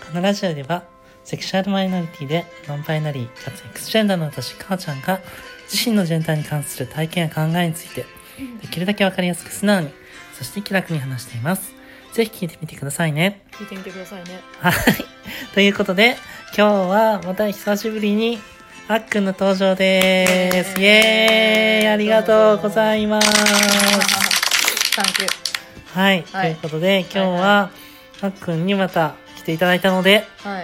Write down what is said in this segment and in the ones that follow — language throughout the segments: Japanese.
このラジオではセクシュアルマイノリティでノンバイナリーかつエクスジェンダーの私かーちゃんが自身のジェンダーに関する体験や考えについてできるだけわかりやすく素直にそして気楽に話しています。ぜひ聞いてみてくださいね。 聞いてみてくださいね。 はい。ということで今日はまた久しぶりにあっくんの登場です。イエーイ、ありがとうございます。 サンキュー。 はい、ということで今日はあっくんにまた来ていただいたので、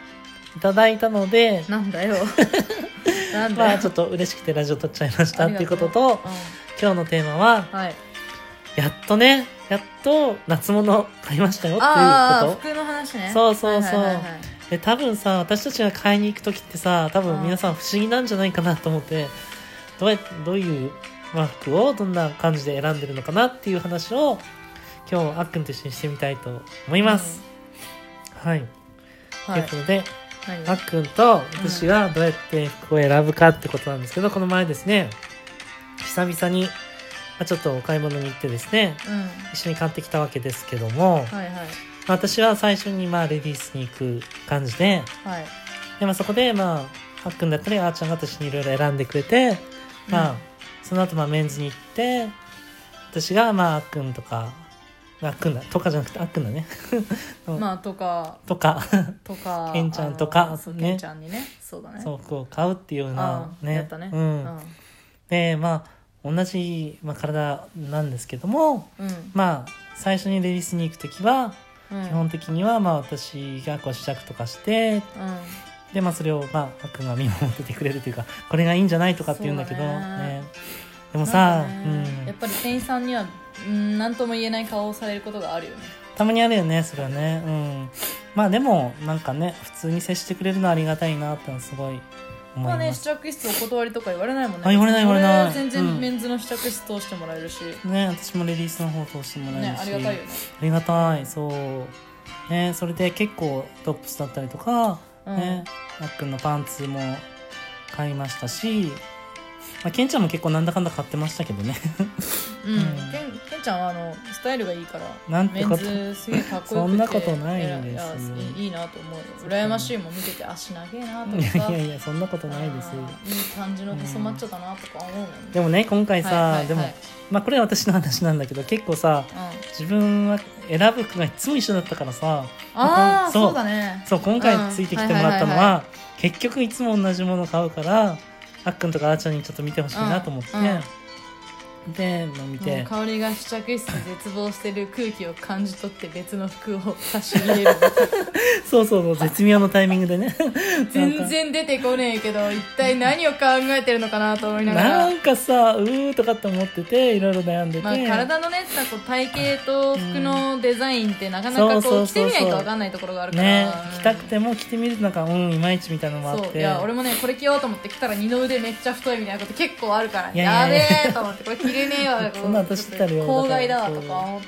なんだよなんだよ、 まあちょっと嬉しくてラジオ撮っちゃいましたっていうことと、今日のテーマは、やっと夏物買いましたよっていうこと。 服の話ね。 そうそうそう、で多分さ私たちが買いに行く時ってさ多分皆さん不思議なんじゃないかなと思って、どういう服をどんな感じで選んでるのかなっていう話を今日あっくんと一緒にしてみたいと思います。はい、ということであっくんと私がどうやって服を選ぶかってことなんですけど、この前ですね久々にちょっとお買い物に行ってですね、一緒に買ってきたわけですけども、私は最初にレディースに行く感じで、でそこであっくんだったりあーちゃんが私にいろいろ選んでくれて、その後メンズに行って私があっくんとかあっくんだとかじゃなくてあっくんだねとかケンちゃんとかケンちゃんにね、そうだね、 そう服を買うっていうようなね、 やったね、 で同じ、体なんですけども、最初にレディースに行くときは、基本的には私が試着とかして、でそれをあっくんが見守っててくれるというか、これがいいんじゃないとかって言うんだけどね。でもさ、 やっぱり店員さんには何とも言えない顔をされることがあるよね。 たまにあるよね、それはね。でも普通に接してくれるのはありがたいなってのはすごい思います。 試着室お断りとか言われないもんね。 言われない。 全然メンズの試着室通してもらえるし、 私もレディースの方通してもらえるし、 ありがたいよね。 ありがたい。そうそれで結構トップスだったりとかあっくんのパンツも買いましたし、ケンちゃんも結構なんだかんだ買ってましたけどね。 ケンちゃんはスタイルがいいからなんてこと、 メンズすげえかっこよくてそんなことないんですよ。 いいなと思うよ。羨ましいもん見てて、足長えなとかさ、 いやそんなことないですよ。 いい感じの細マッチョだなとか思うもんね。 でもね今回さ、でもこれは私の話なんだけど、結構さ、自分は選ぶ服がいつも一緒だったからさ、 そうだね。 そう今回ついてきてもらったのは結局いつも同じもの買うから、あっくんとかあーちゃんにちょっと見てほしいなと思って、で見て、 香りが試着室で絶望してる空気を感じ取って別の服を差し入れるそう絶妙のタイミングでね全然出てこねえけど一体何を考えてるのかなと思いながら、 なんかさとかって思ってていろいろ悩んでて、 体のね体型と服のデザインってなかなか着てみないと分かんないところがあるから、 着たくても着てみるといまいちみたいなのもあって、 いや俺もねこれ着ようと思って着たら二の腕めっちゃ太いみたいなこと結構あるから、やべえと思ってこれ着れねえわそんな私ったらよ郊外だわとか思って、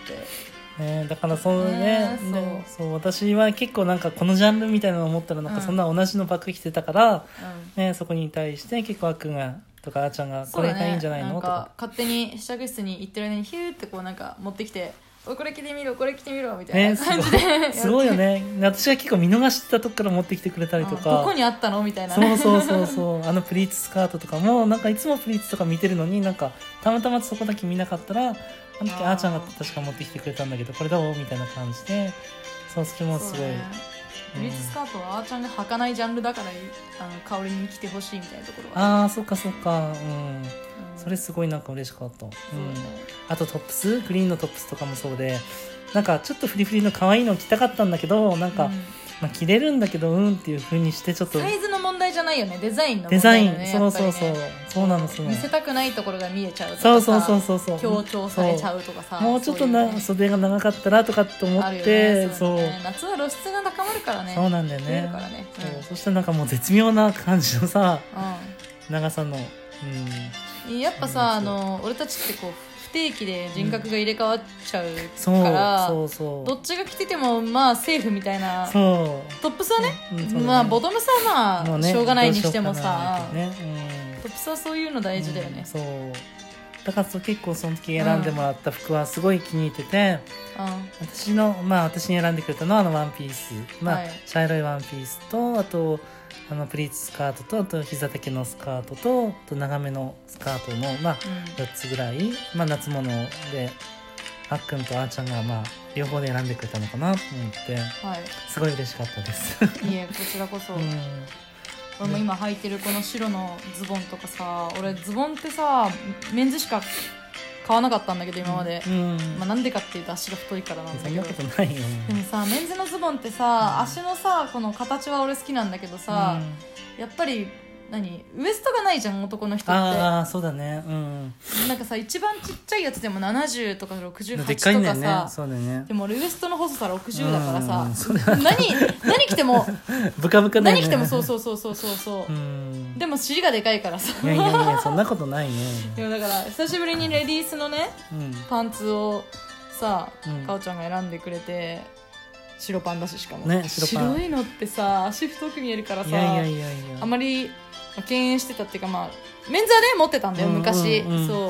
だからそう私は結構このジャンルみたいなのを思ったらそんな同じのばっかり着てたから、そこに対して結構あっくんがとかあーちゃんがこれがいいんじゃないのとか勝手に試着室に行ってる間にヒューって持ってきて、これ着てみろみたいな感じで、 すごいよね。私が結構見逃してたとこから持ってきてくれたりとか、 どこにあったのみたいな、 そうプリーツスカートとかもいつもプリーツとか見てるのにたまたまそこだけ見なかったらあの時あーちゃんが確か持ってきてくれたんだけどこれどうみたいな感じで、それもすごい、 プリーツスカートはあーちゃんが履かないジャンルだから香りに来てほしいみたいなところはそっかそれすごい嬉しかった、あとトップスグリーンのトップスとかもそうでちょっとフリフリの可愛いの着たかったんだけど着れるんだけどっていう風にしてちょっとサイズの問題じゃないよね、デザインの問題だよね。 そうなの見せたくないところが見えちゃうとかさ、強調されちゃうとかさ、 もうちょっと袖が長かったらとかって思って、 夏は露出が高まるからね。 そうなんだよね。そしたらもう絶妙な感じのさ、長さのやっぱさ俺たちって不定期で人格が入れ替わっちゃうから、どっちが着ててもセーフみたいな。トップスはね、ボトムスはしょうがないにしてもさ、トップスはそういうの大事だよね。 だから結構その時選んでもらった服はすごい気に入ってて、私に選んでくれたのはワンピース、茶色いワンピースと、あとプリーツスカートと、あと膝丈のスカートと、あと長めのスカートの、4つぐらい、夏物であっくんとあーちゃんが両方で選んでくれたのかなと思って、すごい嬉しかったです。 いえ、こちらこそ。俺も今履いてるこの白のズボンとかさ、俺ズボンってさメンズしか買わなかったんだけど今まで、なんでかっていうと足が太いからなんだけど。 そんなことないよ。 でもさ、メンズのズボンってさ、足のさこの形は俺好きなんだけどさ、やっぱりウエストがないじゃん、男の人って。 ああ、そうだね。 なんかさ、一番ちっちゃいやつでも70とか68とかさ、 でっかいんだよね。そうだね。 でも俺ウエストの細さ60だからさ、何着てもブカブカだよね。 何着てもそうでも尻がでかいからさ。 いやそんなことないね。 でもだから久しぶりにレディースのね、パンツをさ、かおちゃんが選んでくれて、白パンだし、しかもね、白いのってさ足太く見えるからさ、あまり敬遠してたっていうか、メンズはね持ってたんだよ昔。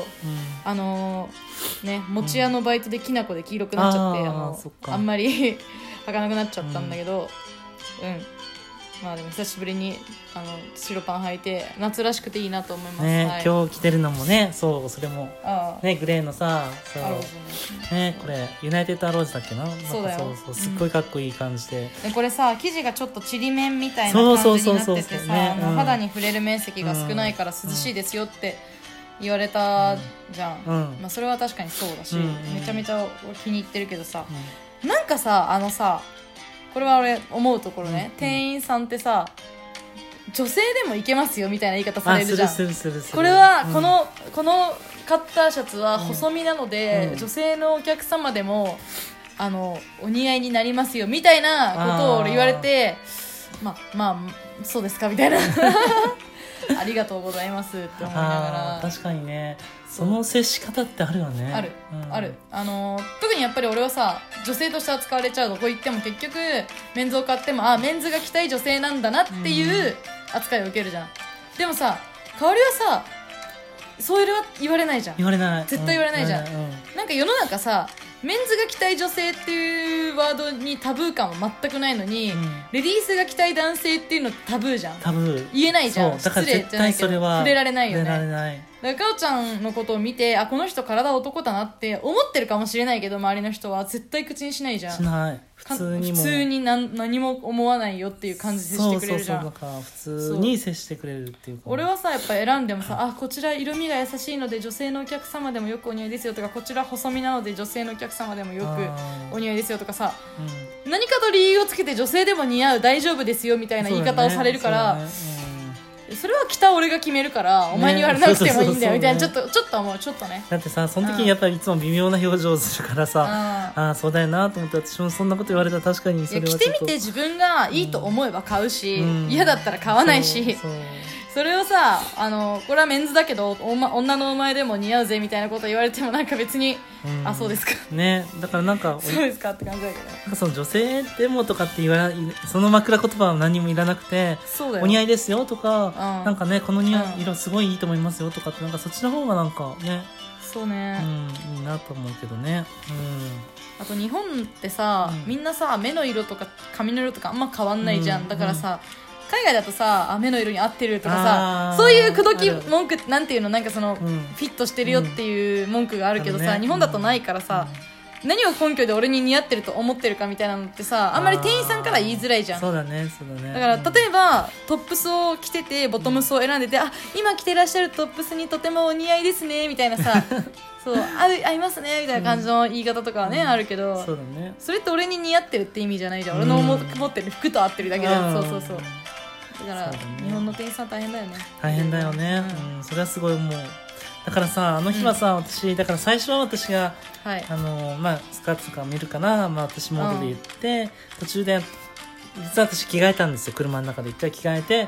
そうね、餅屋のバイトできな粉で黄色くなっちゃって、あんまり履かなくなっちゃったんだけど、でも久しぶりに白パン履いて夏らしくていいなと思いますね。 今日着てるのもね、それもね、グレーのさ、ね、これユナイテッドアローズだっけな。 そうだよ。 すっごいかっこいい感じで、 これさ生地がちょっとちりめんみたいな感じになっててさ、肌に触れる面積が少ないから涼しいですよって言われたじゃん。それは確かにそうだし、めちゃめちゃ気に入ってるけどさ、なんかさこれは俺思うところね、店員さんってさ女性でもいけますよみたいな言い方されるじゃん。これはこのカッターシャツは細身なので、女性のお客様でもお似合いになりますよみたいなことを俺言われて、そうですかみたいなありがとうございますって思いながら。 確かにね、その接し方ってあるよね。 ある。特にやっぱり俺はさ、女性として扱われちゃうとこ行っても結局メンズを買ってもメンズが着たい女性なんだなっていう扱いを受けるじゃん。でもさ、香織はさそういうは言われないじゃん。絶対言われないじゃん。なんか世の中さ、メンズが着たい女性っていうワードにタブー感は全くないのに、レディースが着たい男性っていうのタブーじゃん。言えないじゃん。 だから絶対それは触れられないよね。だからかおちゃんのことを見て、この人体男だなって思ってるかもしれないけど、周りの人は絶対口にしないじゃん。 しない。普通に何も思わないよっていう感じで接してくれるじゃん。 だから普通に接してくれるっていうか。 俺はさ、やっぱ選んでもさ、こちら色味が優しいので女性のお客様でもよくお似合いですよとか、こちら細身なので女性のお客様でもよくお似合いですよとかさ、何かと理由をつけて女性でも似合う、大丈夫ですよみたいな言い方をされるから、それは着た俺が決めるから、お前に言われなくてもいいんだよみたいな、ちょっと思う。ちょっとね、 だってさ、その時にやっぱりいつも微妙な表情をするからさ、そうだよなと思って、私もそんなこと言われたら確かにそれは着てみて自分がいいと思えば買うし、嫌だったら買わないし、それをさ、これはメンズだけど女のお前でも似合うぜみたいなこと言われてもなんか別に、そうですかね。だからなんかそうですかって感じだけど、なんかその女性でもとかって言わない、その枕言葉は何もいらなくて、お似合いですよとか、なんかね、この色すごいいいと思いますよとかって、なんかそっちの方がなんかね、 そうね、 いいなと思うけどね。 あと日本ってさ、みんなさ目の色とか髪の色とかあんま変わんないじゃん。だからさ、海外だとさ、目の色に合ってるとかさ、そういう口説き文句なんていうの、なんかその、フィットしてるよっていう文句があるけどさ、日本だとないからさ、何を根拠で俺に似合ってると思ってるかみたいなのってさ、あんまり店員さんから言いづらいじゃん。 そうだね。 だから例えばトップスを着ててボトムスを選んでて、今着てらっしゃるトップスにとてもお似合いですねみたいなさそう合いますねみたいな感じの言い方とかはね、あるけど、 そうだね、 それって俺に似合ってるって意味じゃないじゃん。俺の持ってる服と合ってるだけだ。そうだから、日本の店員さん大変だよね。 大変だよね。それはすごい思う。だからさ、あの日はさ、私だから最初は私が、スカートとか見るから、私モードで言って、途中で実は私着替えたんですよ。車の中で一回着替えて、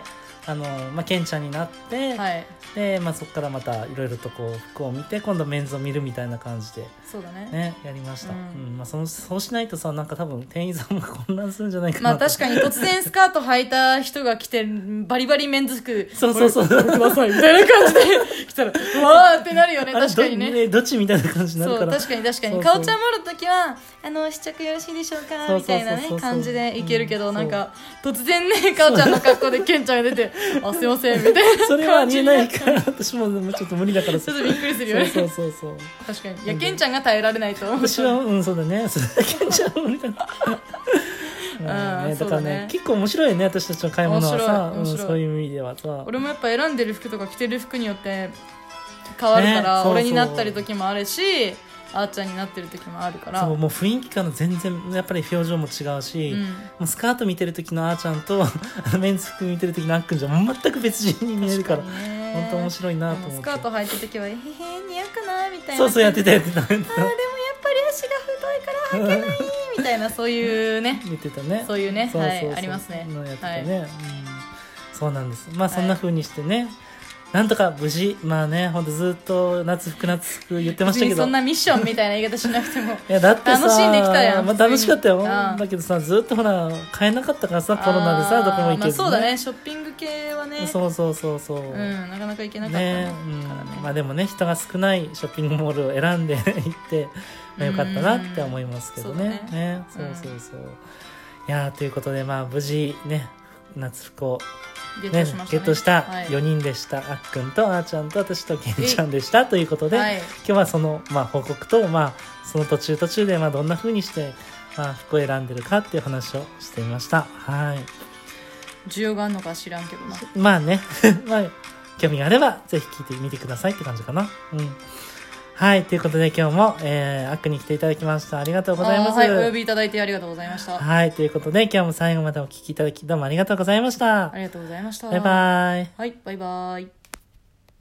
ケンちゃんになって、 はい、 で、そこからまたいろいろとこう服を見て今度メンズを見るみたいな感じでそうだねやりました、そうしないとさなんか多分店員さんも混乱するんじゃないかな確かに突然スカート履いた人が来てバリバリメンズ服そうくださいみたいな感じで来たらうわーってなるよね。確かにねどっちみたいな感じになるからそう確かにかおちゃんもらった時は試着よろしいでしょうかみたいなね感じでいけるけど、なんか突然ねかおちゃんの格好でケンちゃんが出てあすいませんみたいなそれは見えないから私もちょっと無理だからちょっとびっくりするよねそう確かにいやケンちゃんが耐えられないと思う。 私はそうだねケンちゃんは無理だだからね結構面白いね私たちの買い物はさ、そういう意味ではさ俺もやっぱ選んでる服とか着てる服によって変わるから、俺になったり時もあるしあーちゃんになってる時もあるからそうもう雰囲気から全然やっぱり表情も違うし、もうスカート見てる時のあーちゃんとメンズ服見てる時のあっくんじゃ全く別人に見えるから本当面白いなと思って。 スカート履いた時はへへ似合うかなみたいなそうやってたでもやっぱり足が太いから履けないみたいなそういうね言ってたねそういうねありますねのやってたね、そうなんです。そんな風にしてね、なんとか無事ほんとずっと夏服言ってましたけどそんなミッションみたいな言い方しなくてもいやだってさ楽しんできたやん、 楽しかったよ。だけどさずっとほら買えなかったからさコロナでさどこも行けず、 そうだねショッピング系はねそうなかなか行けなかったねでもね人が少ないショッピングモールを選んで行ってよかったなって思いますけどね。そういやということで無事ね夏服をゲットした4人でした、あっくんとあーちゃんと私とけんちゃんでしたということで、今日はその、報告と、その途中でどんな風にして、服を選んでるかっていう話をしてみました。 需要があるのか知らんけどな興味があればぜひ聞いてみてくださいって感じかな。ということで今日も、あっくんに来ていただきました。ありがとうございます。 お呼びいただいてありがとうございました。 ということで今日も最後までお聞きいただきどうもありがとうございました。 ありがとうございました。 バイバイ。 バイバイ。